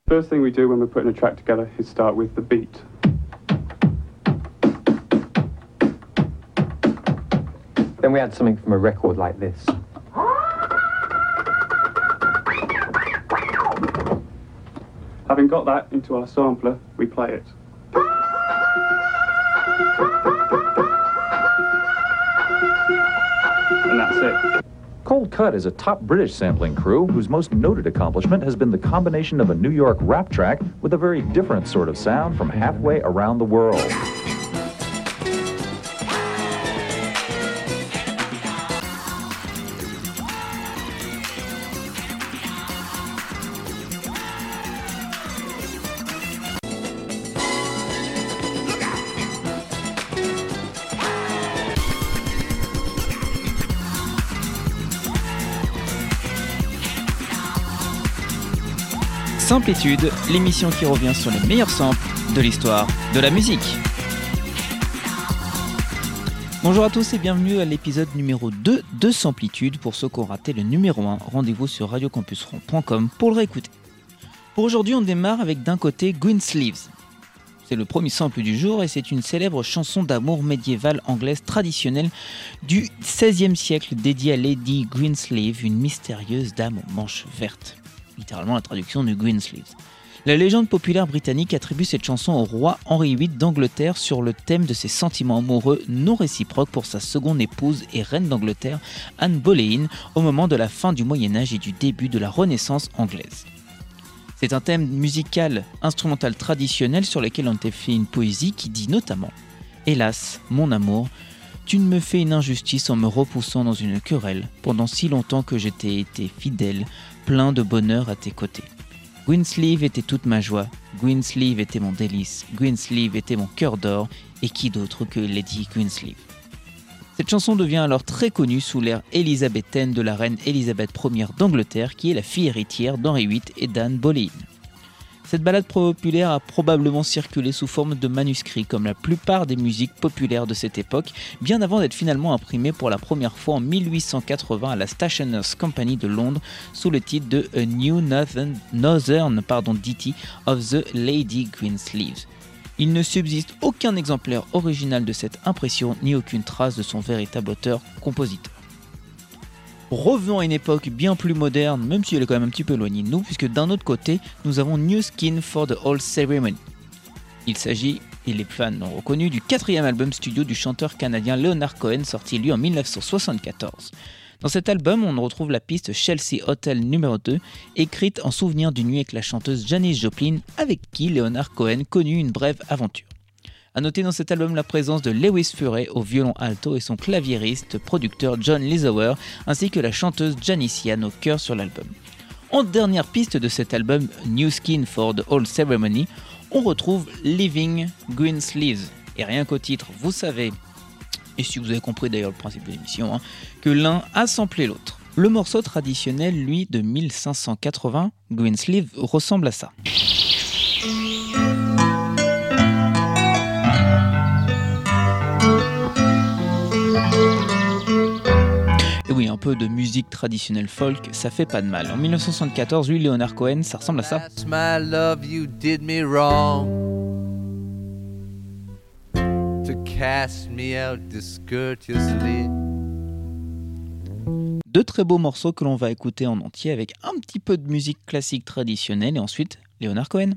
First thing we do when we're putting a track together is start with the beat. Then we add something from a record like this. Having got that into our sampler, we play it. And that's it. Cold Cut is a top British sampling crew whose most noted accomplishment has been the combination of a New York rap track with a very different sort of sound from halfway around the world. Samplitude, l'émission qui revient sur les meilleurs samples de l'histoire de la musique. Bonjour à tous et bienvenue à l'épisode numéro 2 de Samplitude. Pour ceux qui ont raté le numéro 1, rendez-vous sur radiocampusfront.com pour le réécouter. Pour aujourd'hui, on démarre avec d'un côté Greensleeves. C'est le premier sample du jour et c'est une célèbre chanson d'amour médiévale anglaise traditionnelle du XVIe siècle dédiée à Lady Greensleeve, une mystérieuse dame aux manches vertes. Littéralement la traduction du Greensleeves. La légende populaire britannique attribue cette chanson au roi Henri VIII d'Angleterre sur le thème de ses sentiments amoureux non réciproques pour sa seconde épouse et reine d'Angleterre, Anne Boleyn, au moment de la fin du Moyen-Âge et du début de la Renaissance anglaise. C'est un thème musical instrumental traditionnel sur lequel on a fait une poésie qui dit notamment « Hélas, mon amour, tu ne me fais une injustice en me repoussant dans une querelle pendant si longtemps que je t'ai été fidèle, plein de bonheur à tes côtés. Greensleeve était toute ma joie, Greensleeve était mon délice, Greensleeve était mon cœur d'or, et qui d'autre que Lady Greensleeve ?» Cette chanson devient alors très connue sous l'ère élisabéthaine de la reine Élisabeth Ier d'Angleterre, qui est la fille héritière d'Henri VIII et d'Anne Boleyn. Cette ballade populaire a probablement circulé sous forme de manuscrit, comme la plupart des musiques populaires de cette époque, bien avant d'être finalement imprimée pour la première fois en 1880 à la Stationers' Company de Londres, sous le titre de A New Northern Ditty of the Lady Greensleeves. Il ne subsiste aucun exemplaire original de cette impression, ni aucune trace de son véritable auteur-compositeur. Revenons à une époque bien plus moderne, même si elle est quand même un petit peu éloignée de nous, puisque d'un autre côté, nous avons New Skin for the Old Ceremony. Il s'agit, et les fans l'ont reconnu, du 4e album studio du chanteur canadien Leonard Cohen, sorti lui en 1974. Dans cet album, on retrouve la piste Chelsea Hotel numéro 2, écrite en souvenir d'une nuit avec la chanteuse Janis Joplin, avec qui Leonard Cohen connut une brève aventure. A noter dans cet album la présence de Lewis Furey au violon alto et son claviériste producteur John Lizauer, ainsi que la chanteuse Janice Ian au chœur sur l'album. En dernière piste de cet album New Skin for the Old Ceremony, on retrouve Living Greensleeves. Et rien qu'au titre, vous savez, et si vous avez compris d'ailleurs le principe de l'émission, que l'un a samplé l'autre. Le morceau traditionnel, lui, de 1580, Greensleeve, ressemble à ça. Et oui, un peu de musique traditionnelle folk, ça fait pas de mal. En 1974, lui, Leonard Cohen, ça ressemble à ça. My love, you did me wrong to cast me out discourteously. Deux très beaux morceaux que l'on va écouter en entier avec un petit peu de musique classique traditionnelle et ensuite Leonard Cohen.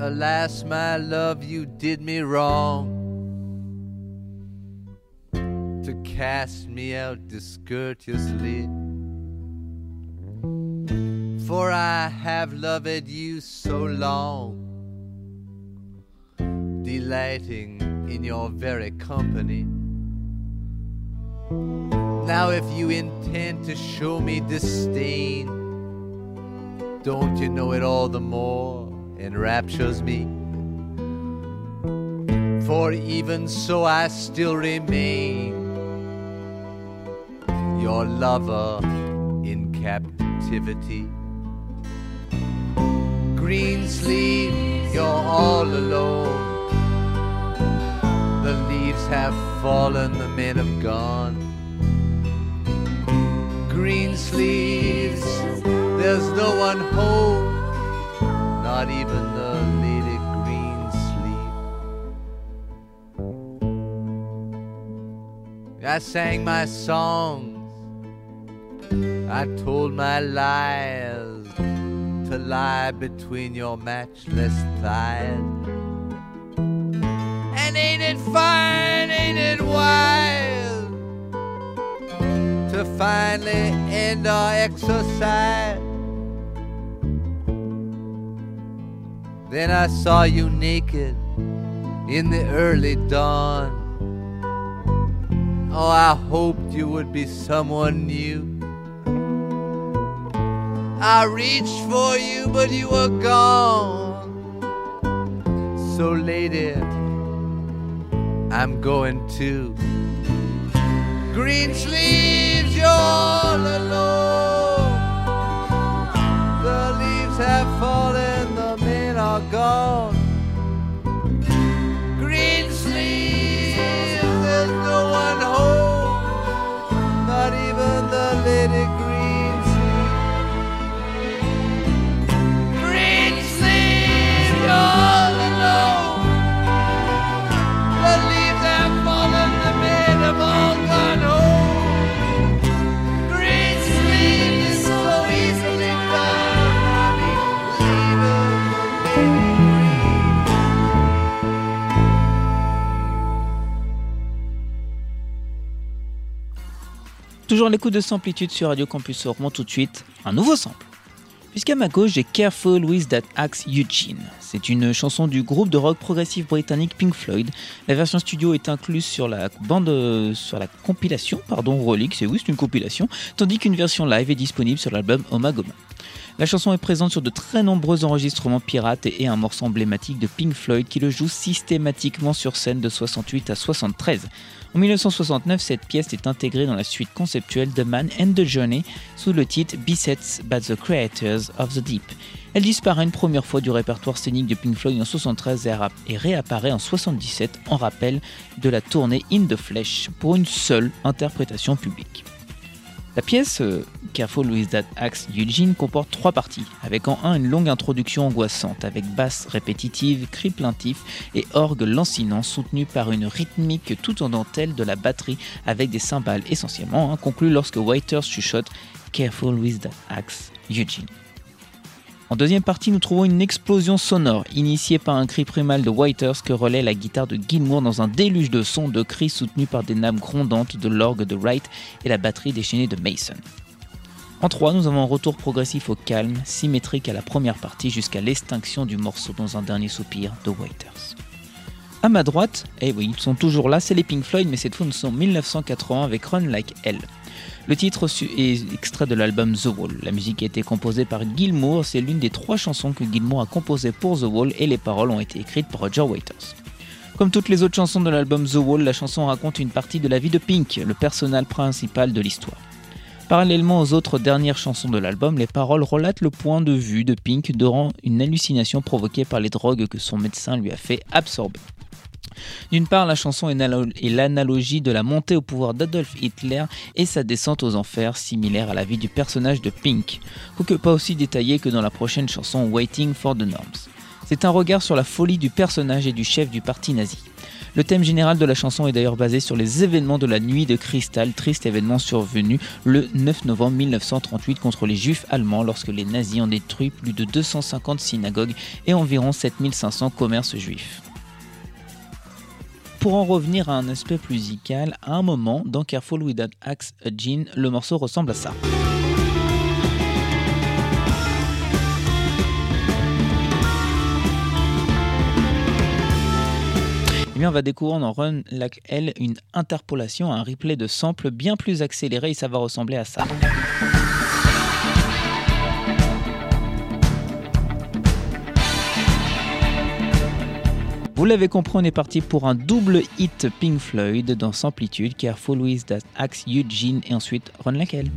Alas, my love, you did me wrong to cast me out discourteously. For I have loved you so long, delighting in your very company. Now if you intend to show me disdain, don't you know it all the more enraptures me? For even so I still remain your lover in captivity. Greensleeve, you're all alone. The leaves have fallen, the men have gone. Greensleeves, there's no one home, not even the Lady Greensleeve. I sang my songs, I told my lies to lie between your matchless thighs. And ain't it fine, ain't it wild to finally end our exercise? Then I saw you naked in the early dawn. Oh, I hoped you would be someone new. I reached for you, but you were gone. So lady, I'm going to Greensleeves, you're all alone. The leaves have fallen, the men are gone. Greensleeves, there's no one home, not even the Lady Greensleeves. Greensleeves, you're all alone. The leaves have fallen, the men have all gone home. Greensleeves is so easily done, honey, leaving the baby Toujours à l'écoute de Samplitude sur Radio Campus Rouen, tout de suite, un nouveau sample. Puisqu'à ma gauche, j'ai Careful with That Axe Eugene. C'est une chanson du groupe de rock progressif britannique Pink Floyd. La version studio est incluse sur la compilation, Relics, et oui, c'est une compilation, tandis qu'une version live est disponible sur l'album Omagoma. La chanson est présente sur de très nombreux enregistrements pirates et est un morceau emblématique de Pink Floyd qui le joue systématiquement sur scène de 68 à 73. En 1969, cette pièce est intégrée dans la suite conceptuelle The Man and the Journey sous le titre Besets by the Creators of the Deep. Elle disparaît une première fois du répertoire scénique de Pink Floyd en 73 et réapparaît en 77 en rappel de la tournée In the Flesh pour une seule interprétation publique. La pièce Careful with That Axe Eugene comporte 3 parties, avec en 1 une longue introduction angoissante avec basse répétitive, cris plaintifs et orgue lancinant soutenu par une rythmique tout en dentelle de la batterie avec des cymbales essentiellement, conclue lorsque Waters chuchote Careful with That Axe Eugene. En deuxième partie, nous trouvons une explosion sonore, initiée par un cri primal de Waters que relaie la guitare de Gilmour dans un déluge de sons de cris soutenus par des nappes grondantes de l'orgue de Wright et la batterie déchaînée de Mason. En 3, nous avons un retour progressif au calme, symétrique à la première partie jusqu'à l'extinction du morceau dans un dernier soupir de Waters. À ma droite, oui, ils sont toujours là, c'est les Pink Floyd, mais cette fois nous sommes en 1980 avec Run Like Hell. Le titre est extrait de l'album The Wall. La musique a été composée par Gilmour, c'est l'une des 3 chansons que Gilmour a composées pour The Wall et les paroles ont été écrites par Roger Waters. Comme toutes les autres chansons de l'album The Wall, la chanson raconte une partie de la vie de Pink, le personnage principal de l'histoire. Parallèlement aux autres dernières chansons de l'album, les paroles relatent le point de vue de Pink durant une hallucination provoquée par les drogues que son médecin lui a fait absorber. D'une part, la chanson est l'analogie de la montée au pouvoir d'Adolf Hitler et sa descente aux enfers, similaire à la vie du personnage de Pink, quoique pas aussi détaillée que dans la prochaine chanson Waiting for the Norms. C'est un regard sur la folie du personnage et du chef du parti nazi. Le thème général de la chanson est d'ailleurs basé sur les événements de la nuit de cristal, triste événement survenu le 9 novembre 1938 contre les juifs allemands lorsque les nazis ont détruit plus de 250 synagogues et environ 7500 commerces juifs. Pour en revenir à un aspect plus musical, à un moment, dans Careful with That Axe Gene, le morceau ressemble à ça. Eh bien, on va découvrir dans Run Like Hell une interpolation, un replay de samples bien plus accéléré et ça va ressembler à ça. Vous l'avez compris, on est parti pour un double hit Pink Floyd dans Samplitude, Careful with That Axe Eugene et ensuite Run Like Hell.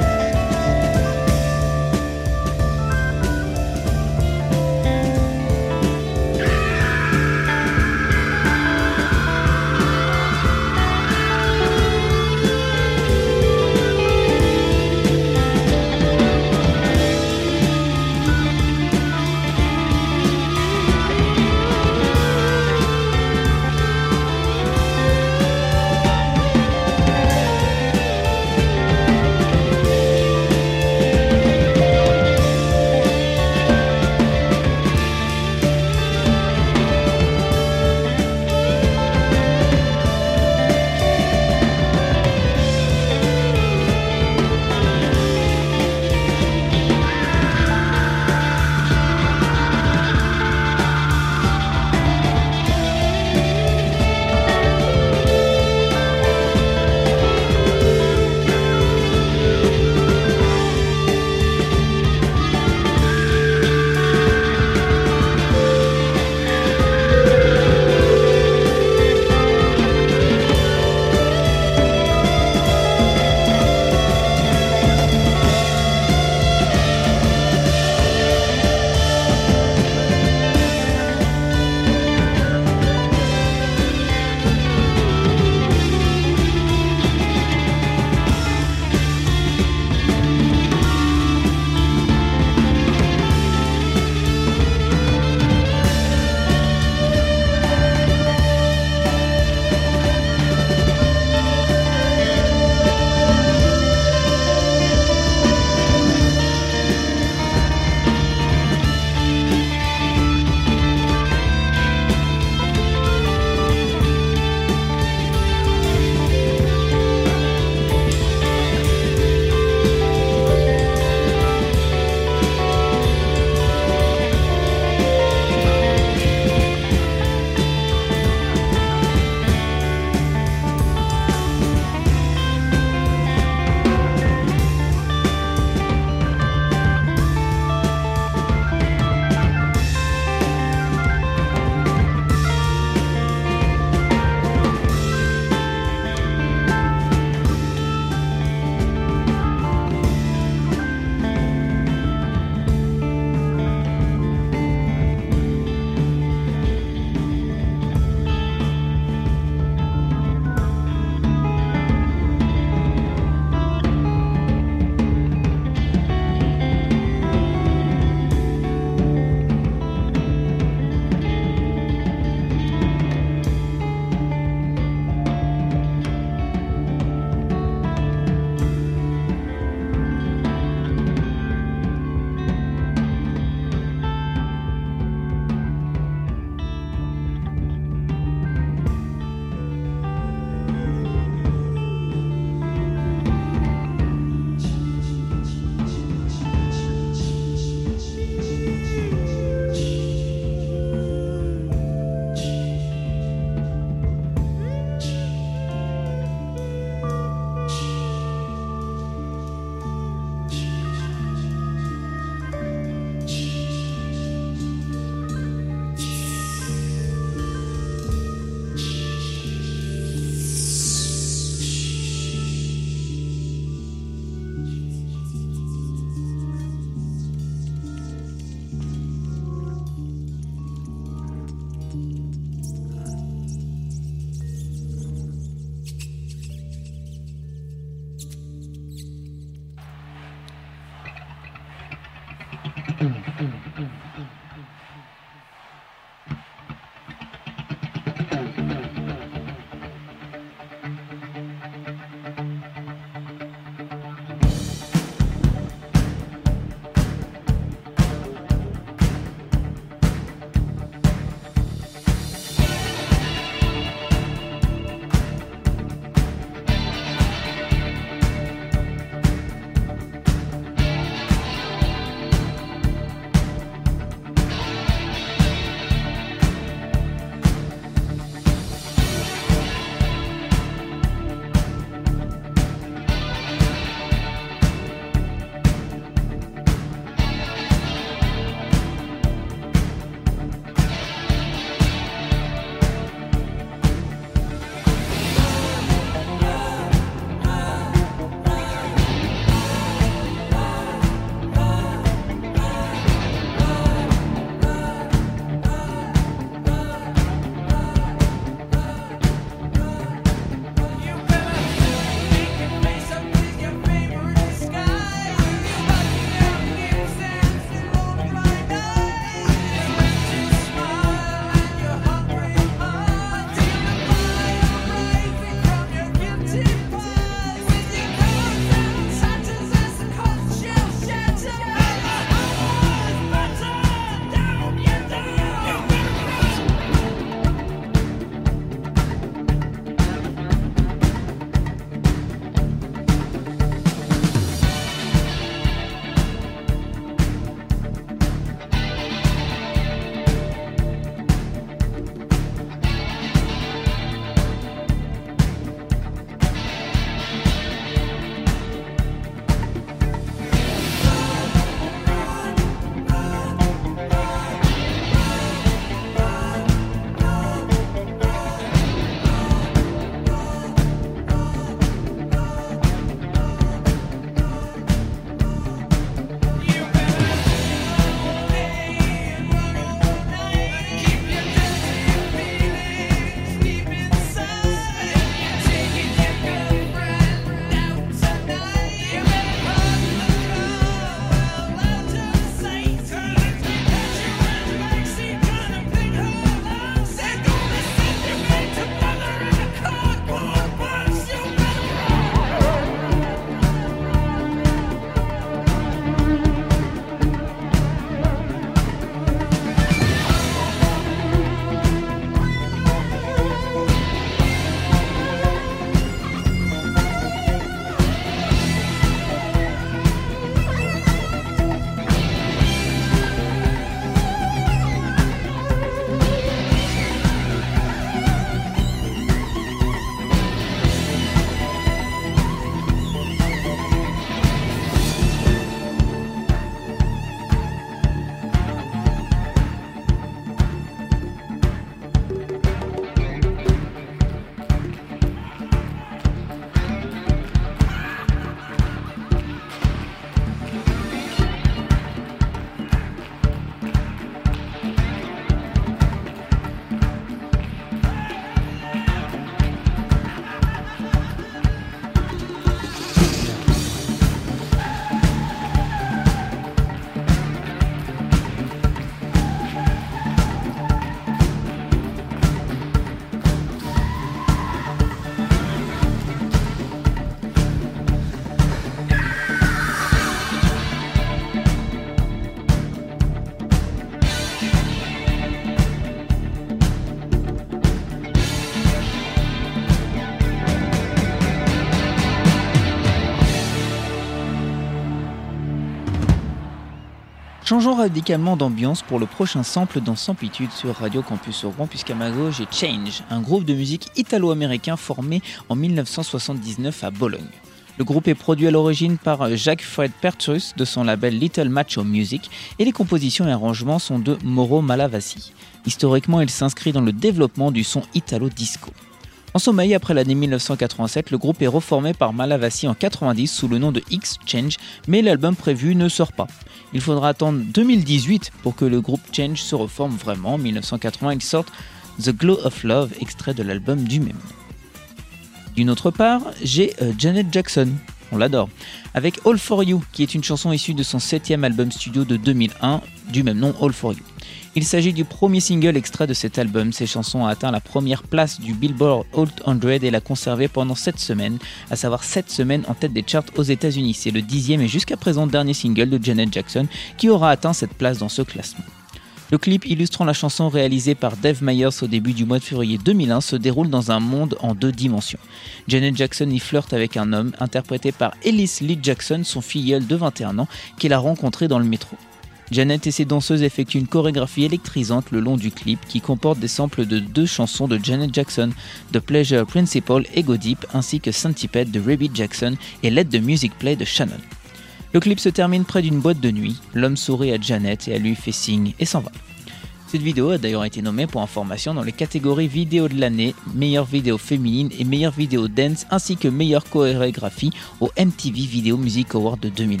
Changeons radicalement d'ambiance pour le prochain sample dans Samplitude sur Radio Campus Rouen, puisqu'à ma gauche j'ai Change, un groupe de musique italo-américain formé en 1979 à Bologne. Le groupe est produit à l'origine par Jacques Fred Petrus de son label Little Macho Music et les compositions et arrangements sont de Mauro Malavasi. Historiquement, il s'inscrit dans le développement du son italo-disco. En sommeil, après l'année 1987, le groupe est reformé par Malavasi en 90 sous le nom de X-Change, mais l'album prévu ne sort pas. Il faudra attendre 2018 pour que le groupe Change se reforme vraiment. En 1980, ils sortent The Glow of Love, extrait de l'album du même nom. D'une autre part, j'ai Janet Jackson, on l'adore, avec All For You, qui est une chanson issue de son 7e album studio de 2001, du même nom All For You. Il s'agit du premier single extrait de cet album. Ces chansons ont atteint la première place du Billboard Hot 100 et l'a conservé pendant 7 semaines, à savoir 7 semaines en tête des charts aux États-Unis. C'est le 10e et jusqu'à présent dernier single de Janet Jackson qui aura atteint cette place dans ce classement. Le clip illustrant la chanson réalisé par Dave Meyers au début du mois de février 2001 se déroule dans un monde en 2 dimensions. Janet Jackson y flirte avec un homme interprété par Ellis Lee Jackson, son filleul de 21 ans, qu'il a rencontré dans le métro. Janet et ses danseuses effectuent une chorégraphie électrisante le long du clip qui comporte des samples de 2 chansons de Janet Jackson, The Pleasure Principle et Go Deep, ainsi que Centipede de Rebby Jackson et Let the Music Play de Shannon. Le clip se termine près d'une boîte de nuit, l'homme sourit à Janet et elle lui fait signe et s'en va. Cette vidéo a d'ailleurs été nommée pour information dans les catégories vidéo de l'année, meilleure vidéo féminine et meilleure vidéo dance ainsi que meilleure chorégraphie au MTV Video Music Award de 2001.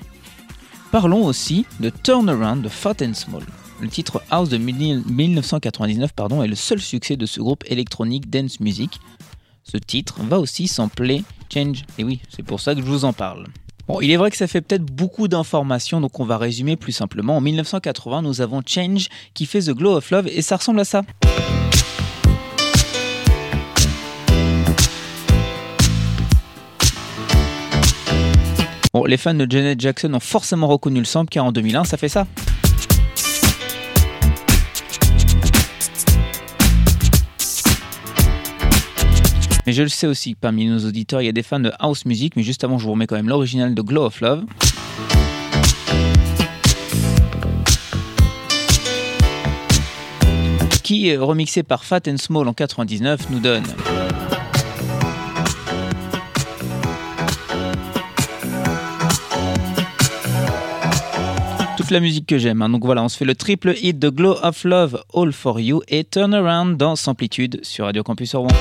Parlons aussi de Turnaround de Fat and Small. Le titre House de 1999 est le seul succès de ce groupe électronique dance music. Ce titre va aussi sampler Change, et oui, c'est pour ça que je vous en parle. Bon, il est vrai que ça fait peut-être beaucoup d'informations, donc on va résumer plus simplement. En 1980, nous avons Change qui fait The Glow of Love et ça ressemble à ça. Bon, les fans de Janet Jackson ont forcément reconnu le sample car en 2001, ça fait ça. Mais je le sais aussi, parmi nos auditeurs, il y a des fans de house music, mais juste avant, je vous remets quand même l'original de Glow of Love. Qui, remixé par Fat and Small en 99, nous donne... toute la musique que j'aime, hein. Donc voilà, on se fait le triple hit de Glow of Love, All For You et Turnaround dans Samplitude sur Radio Campus Rouen.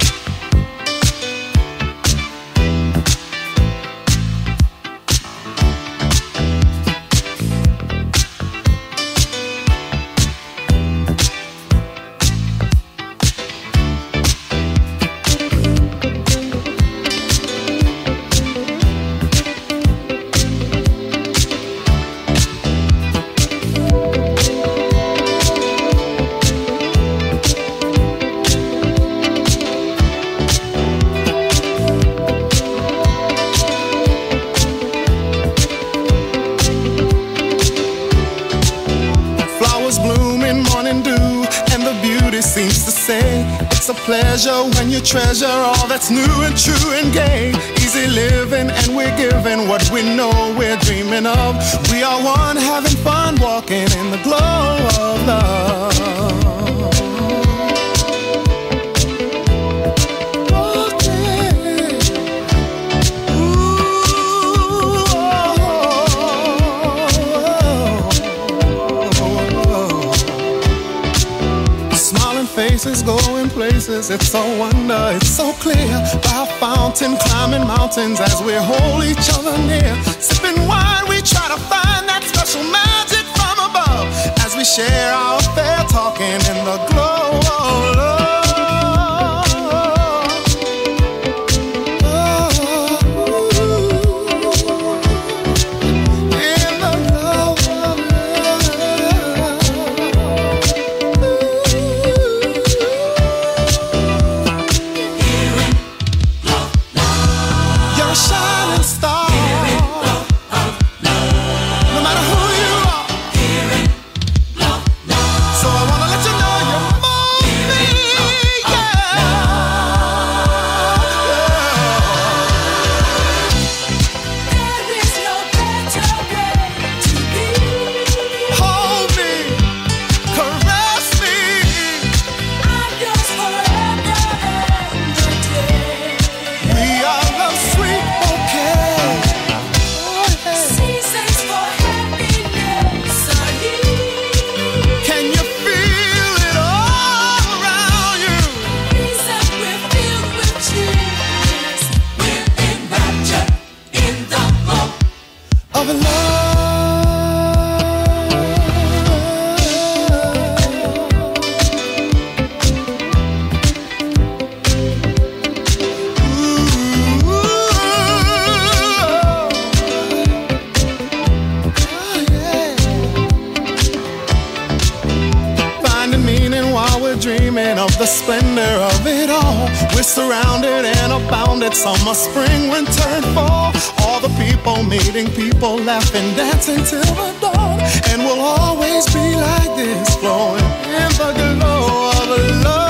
It's a pleasure when you treasure all that's new and true and gay. Easy living and we're giving what we know we're dreaming of. We are one having fun walking in the glow of love. Faces going places, it's a wonder, it's so clear. By a fountain, climbing mountains as we hold each other near. Sipping wine, we try to find that special magic from above. As we share our affair, talking in the glow of love. dreaming of the splendor of it all. We're surrounded and abounded, summer, spring, winter, and fall. All the people meeting people, laughing, dancing till the dawn. And we'll always be like this, flowing in the glow of love.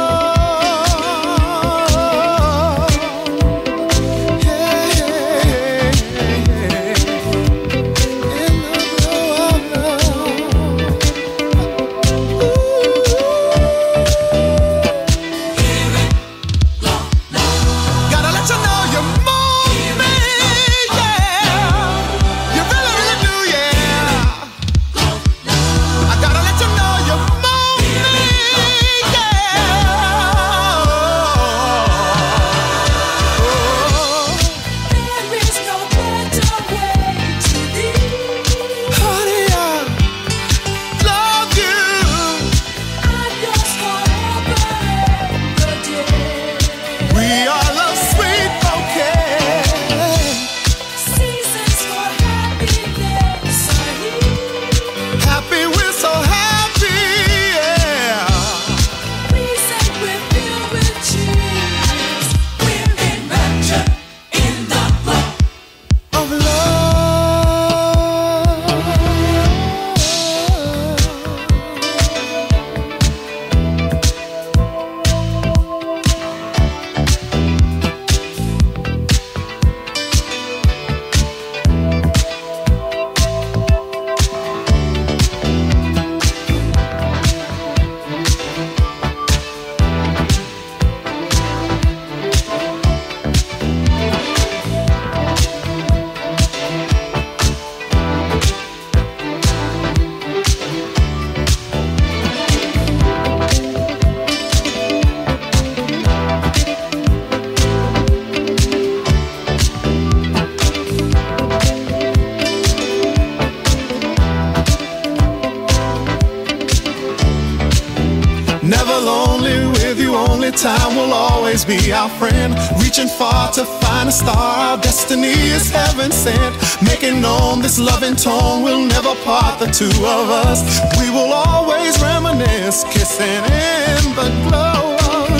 Time will always be our friend, reaching far to find a star. Our destiny is heaven sent, making known this loving tone will never part the two of us. We will always reminisce, kissing in the glow of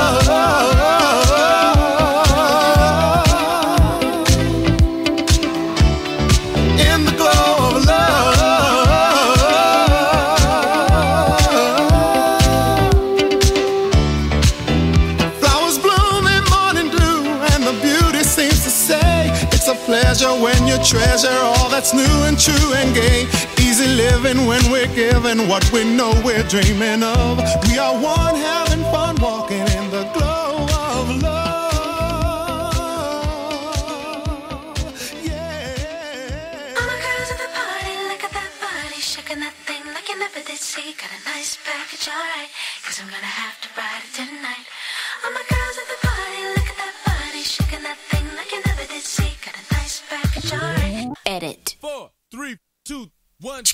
love. In the glow of love. Pleasure when you treasure all that's new and true and gay. Easy living when we're given what we know we're dreaming of. We are one having fun walking in the glow of love. Yeah. All the girls at the party, look at that body, shaking that thing like you never did see. Got a nice package, alright, 'cause I'm gonna have to ride it tonight. All my girls at the party, look at that body, shaking that thing like you never did see. Edit. 4, 3, 2, 1.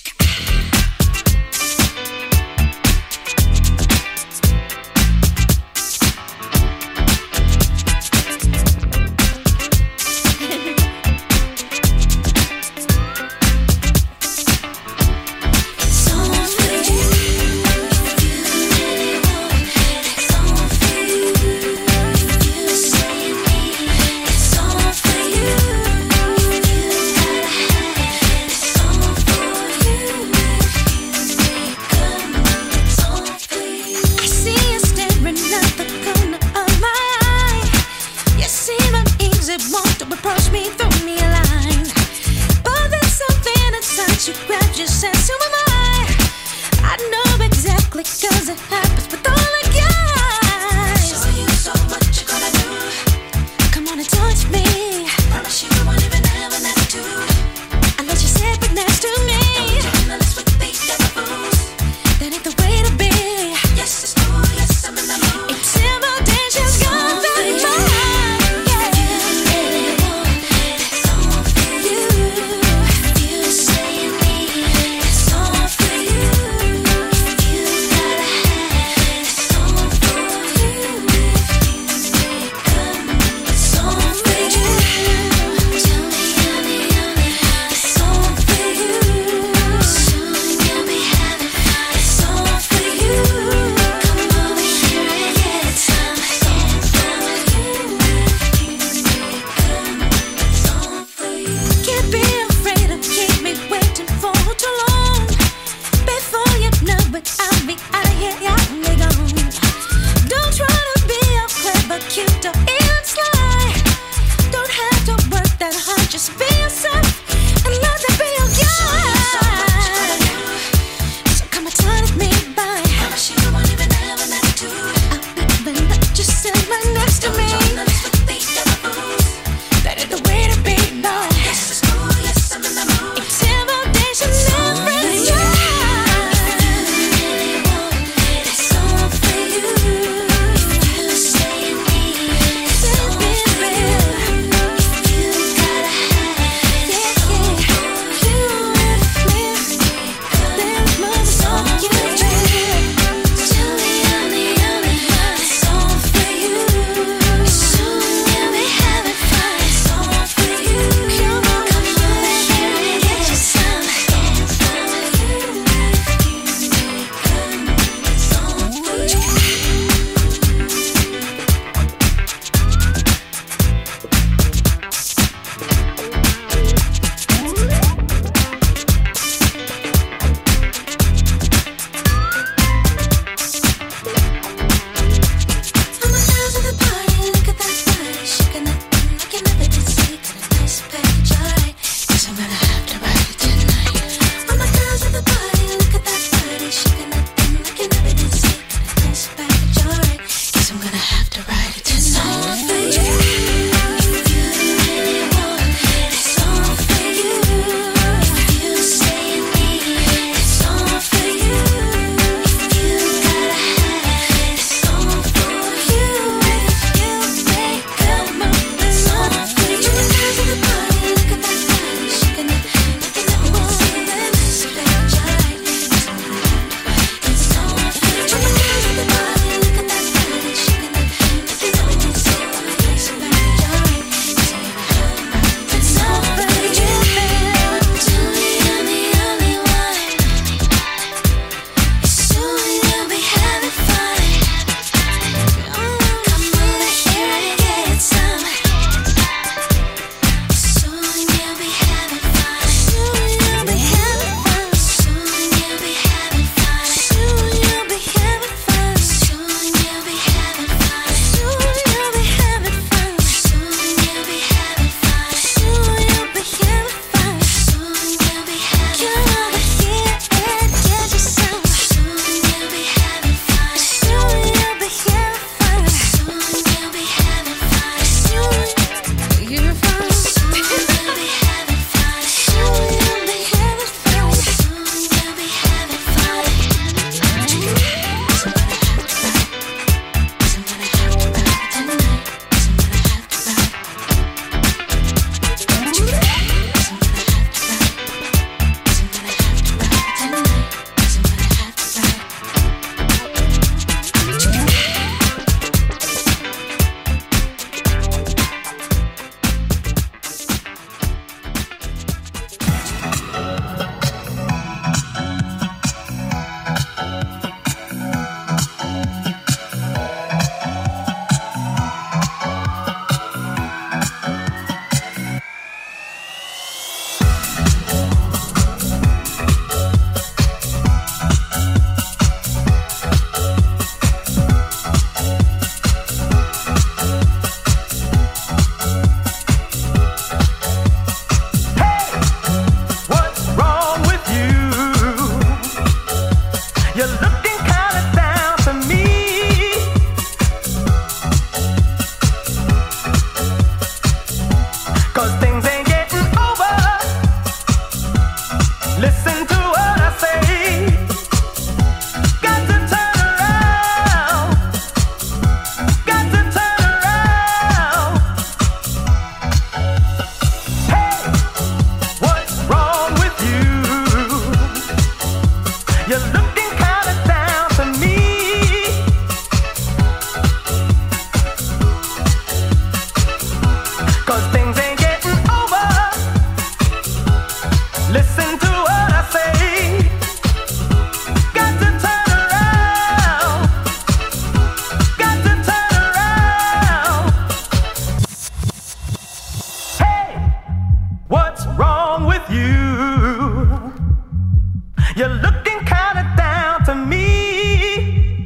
to me.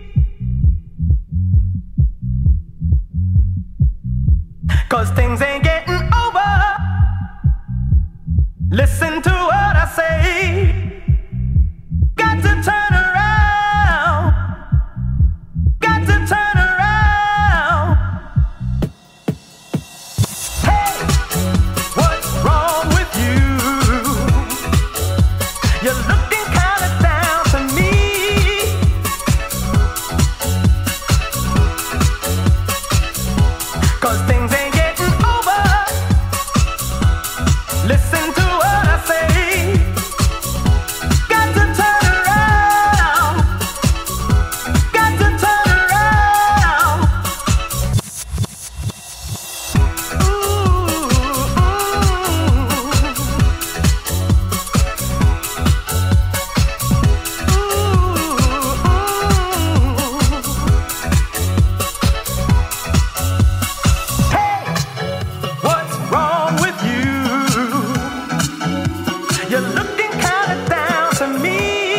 'Cause things ain't getting over. Listen to what I say. Got to turn around. Got to turn around. Hey, what's wrong with you? You're looking kinda down to me. 'Cause things ain't getting over. Listen to what I say. Got to turn around. Got to turn around. Hey, what's wrong with you? You're looking kinda down to me.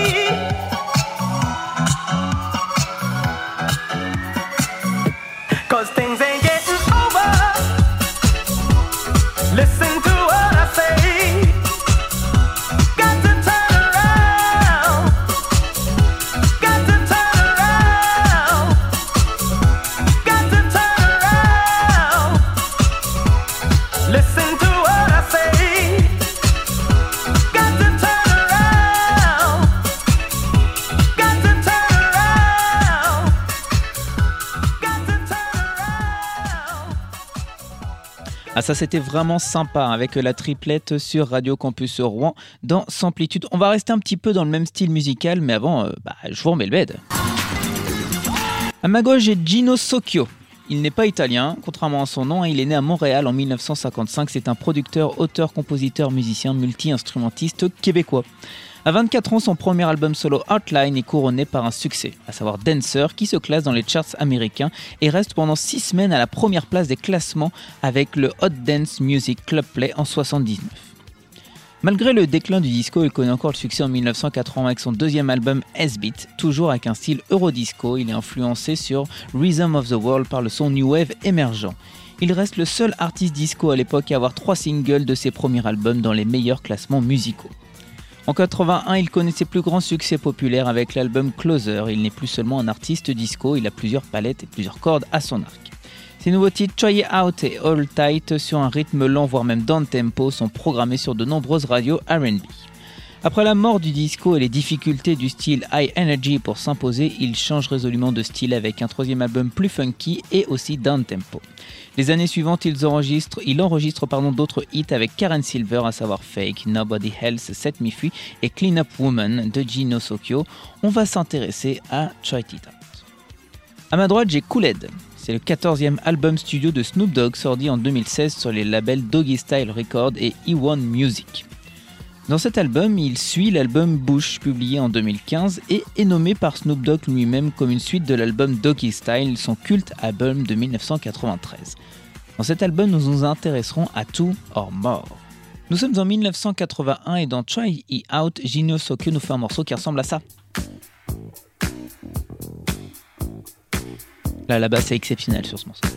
'Cause things ain't getting over. Listen to what I say. Got to turn around. Got to turn around. Got to turn around. Listen to what I say. Got to turn around. Got to turn around. Got to turn around. Ah ça c'était vraiment sympa avec la triplette sur Radio Campus Rouen dans Samplitude. On va rester un petit peu dans le même style musical, mais avant, je vous remets le bed. À ma gauche j'ai Gino Socchio. Il n'est pas italien, contrairement à son nom, il est né à Montréal en 1955. C'est un producteur, auteur, compositeur, musicien, multi-instrumentiste québécois. À 24 ans, son premier album solo Outline est couronné par un succès, à savoir Dancer, qui se classe dans les charts américains et reste pendant 6 semaines à la première place des classements avec le Hot Dance Music Club Play en 79. Malgré le déclin du disco, il connaît encore le succès en 1980 avec son deuxième album S-Beat, toujours avec un style eurodisco. Il est influencé sur Rhythm of the World par le son New Wave émergent. Il reste le seul artiste disco à l'époque à avoir 3 singles de ses premiers albums dans les meilleurs classements musicaux. En 81, il connaît ses plus grands succès populaires avec l'album Closer. Il n'est plus seulement un artiste disco, il a plusieurs palettes et plusieurs cordes à son arc. Ses nouveaux titres Try It Out et All Tight sur un rythme lent voire même down tempo sont programmés sur de nombreuses radios R&B. Après la mort du disco et les difficultés du style High Energy pour s'imposer, il change résolument de style avec un troisième album plus funky et aussi down tempo. Les années suivantes, il enregistre d'autres hits avec Karen Silver, à savoir Fake, Nobody Else, Set Me Free et Clean Up Woman de Gino Socchio. On va s'intéresser à Try It Out. À ma droite, j'ai Kool-Head. C'est le 14e album studio de Snoop Dogg sorti en 2016 sur les labels Doggy Style Records et E1 Music. Dans cet album, il suit l'album Bush publié en 2015 et est nommé par Snoop Dogg lui-même comme une suite de l'album Doggy Style, son culte album de 1993. Dans cet album, nous nous intéresserons à Two or More. Nous sommes en 1981 et dans Try It Out, Gino Socchio nous fait un morceau qui ressemble à ça. Là, la basse est exceptionnelle sur ce morceau.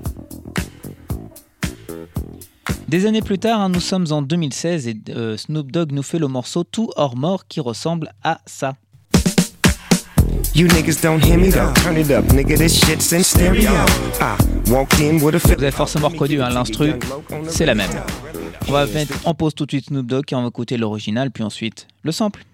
Des années plus tard, nous sommes en 2016 et Snoop Dogg nous fait le morceau Two or More qui ressemble à ça. You niggas don't hear me though. Turn it up, nigga, this shit's in stereo. Walked in with a Vous avez forcément reconnu, l'instru, c'est la même. On va mettre en pause tout de suite Snoop Dogg et on va écouter l'original, puis ensuite le sample.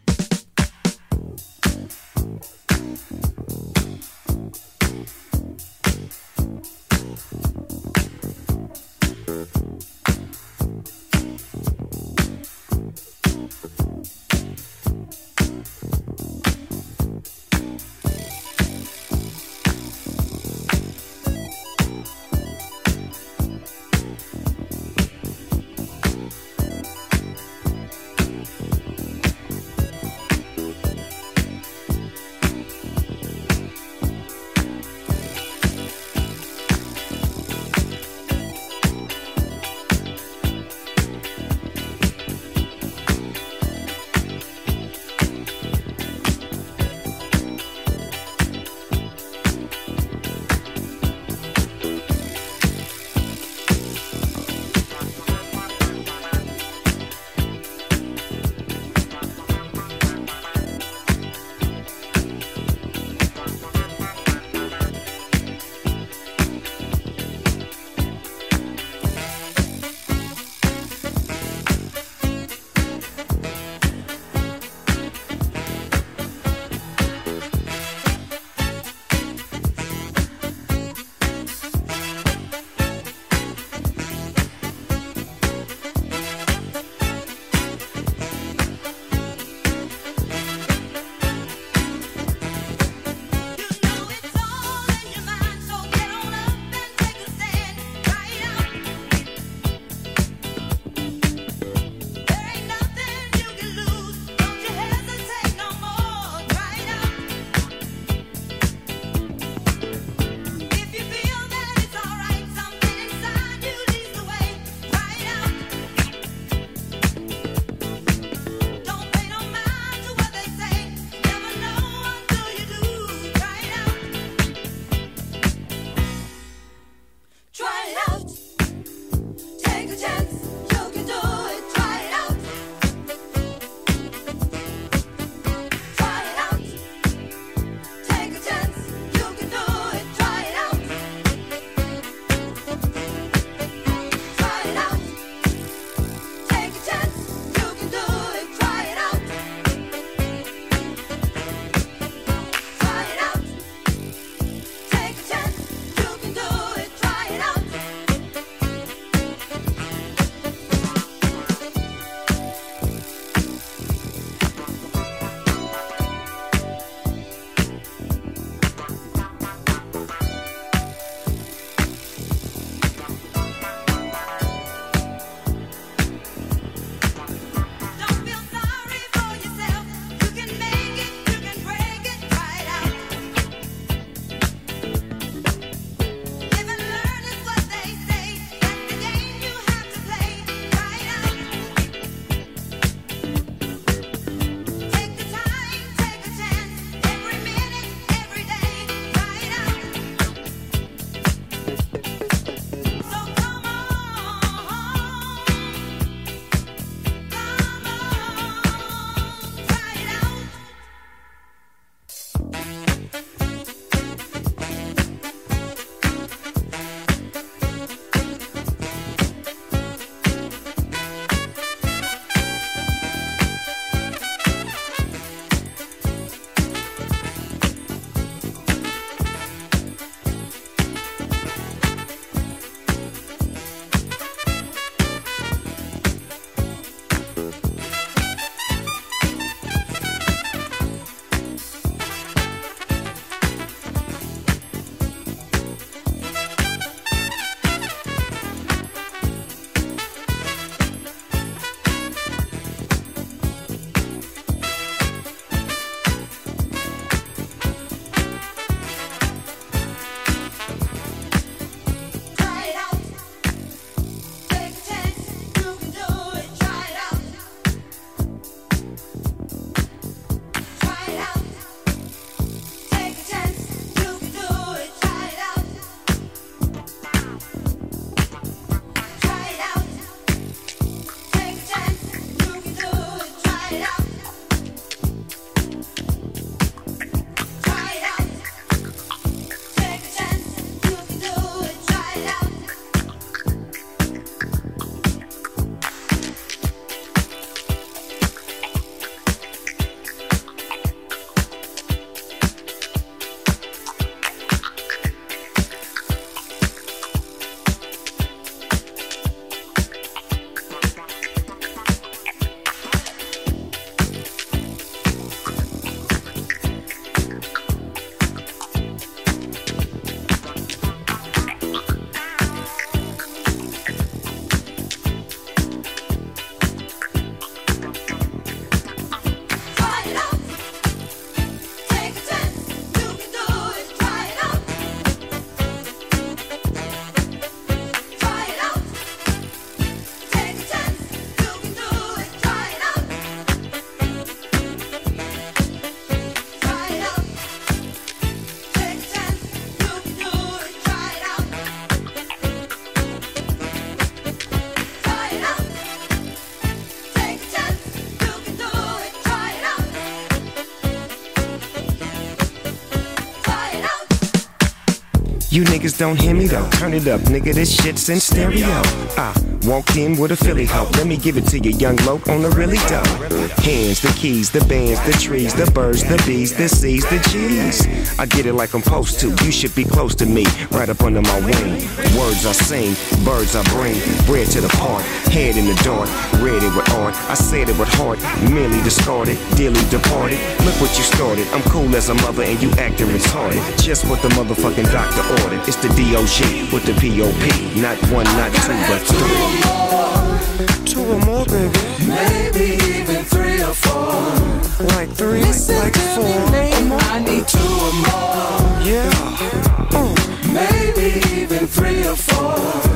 You niggas don't hear me though. Turn it up, nigga, this shit's in stereo. I walked in with a Philly hoe. Let me give it to you, young lope, on the really dope. Hands, the keys, the bands, the trees, the birds, the bees, the C's, the G's. I get it like I'm supposed to. You should be close to me, right up under my wing. Words I sing, birds I bring. Bread to the part, head in the dark. Read it with art, I said it with heart. Merely discarded, dearly departed. Look what you started. I'm cool as a mother and you acting retarded. Just what the motherfucking doctor ordered. It's the D.O.G. with the P.O.P. Not one, not two, but three. Two or more, baby. Maybe even 3 or 4. Like 3, Listen like to 4. me, name. I need 2 or more. Yeah. Maybe even 3 or 4.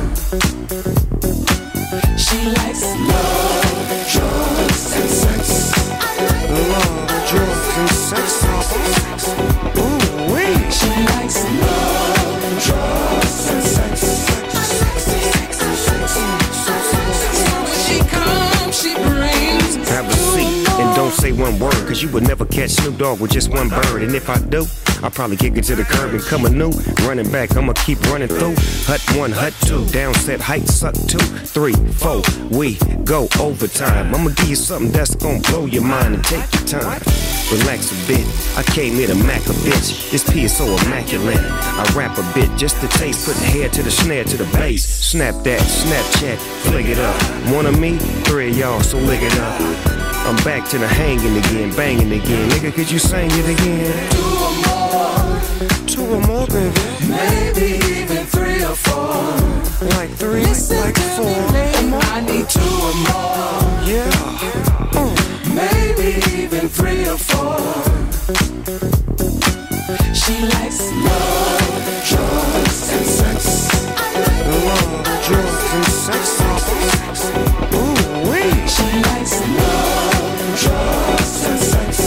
She likes love, drugs, and sex. Love, drugs, and sex. Ooh, wait. She likes love, drugs, and sex. She comes, she brings. Have a seat and don't say one word, cause you would never catch Snoop Dogg with just one bird. And if I do, I'll probably kick it to the curb and come anew. Running back, I'ma keep running through. Hut 1, hut 2, down set, height, suck 2, 3, 4. We go overtime. I'ma give you something that's gonna blow your mind and take your time. Relax a bit, I came here to mac a bitch. This P is so immaculate. I rap a bit just to taste, put the hair to the snare to the bass. Snap that, Snapchat, flick it up. One of me, 3 of y'all, so lick it up. I'm back to the hanging again, banging again. Nigga, could you sing it again? 2 or more. 2 or more, baby. Maybe even 3 or 4. Like 3, Listen like to 4. me, name. I need 2 or more. Yeah. Maybe even 3 or 4. She likes love, drugs, and sex. Love, drugs, and sex. Ooh, wait. She likes love, drugs, and sex.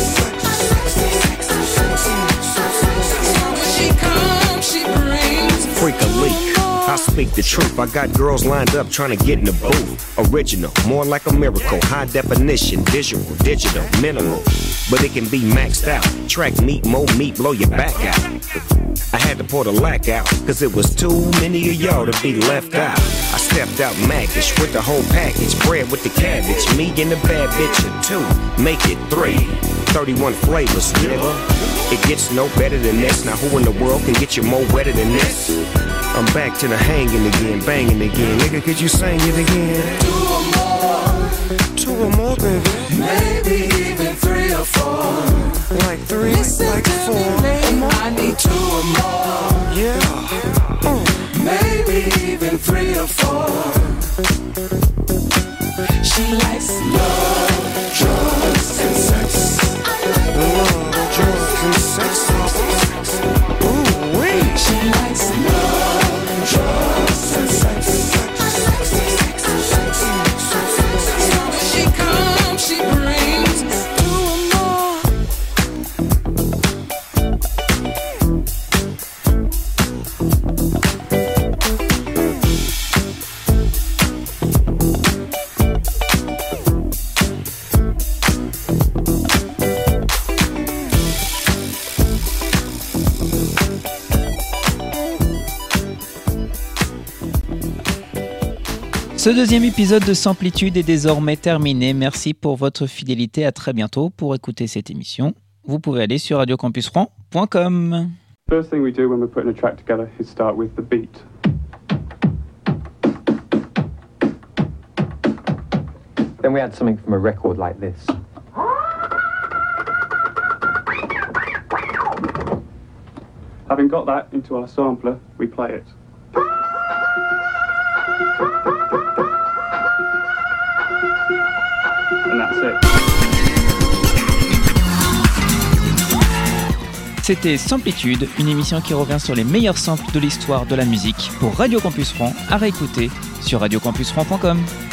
She comes, she brings. Freak a leak. I speak the truth. I got girls lined up trying to get in the booth. Original, more like a miracle. High definition, visual, digital, minimal. But it can be maxed out. Track meat, more meat, blow your back out. I had to pour the lack out, cause it was too many of y'all to be left out. I stepped out maggish with the whole package. Bread with the cabbage, me and the bad bitch of 2. Make it 3. 31 flavors, nigga. It gets no better than this. Now who in the world can get you more wetter than this? I'm back to the hanging again, banging again. Nigga, could you sing it again? 2 or more. 2 or more, baby. Maybe even 3 or 4. Like 3, Listen like to 4. me, name. I need 2 or more. Yeah. Maybe even 3 or 4. She likes love, drugs, and sex. Love, drugs, and sex. Ooh, wait. She likes love, drugs, and sex. She comes, she brings 2 or more. Ce deuxième épisode de Samplitude est désormais terminé. Merci pour votre fidélité. À très bientôt pour écouter cette émission. Vous pouvez aller sur radiocampusrouen.com. First thing we do when we're putting a track together is start with the beat. Then we had something from a record like this. Having got that into our sampler, we play it. And that's it. C'était Samplitude, une émission qui revient sur les meilleurs samples de l'histoire de la musique pour Radio Campus Rouen, à réécouter sur radiocampusrouen.com.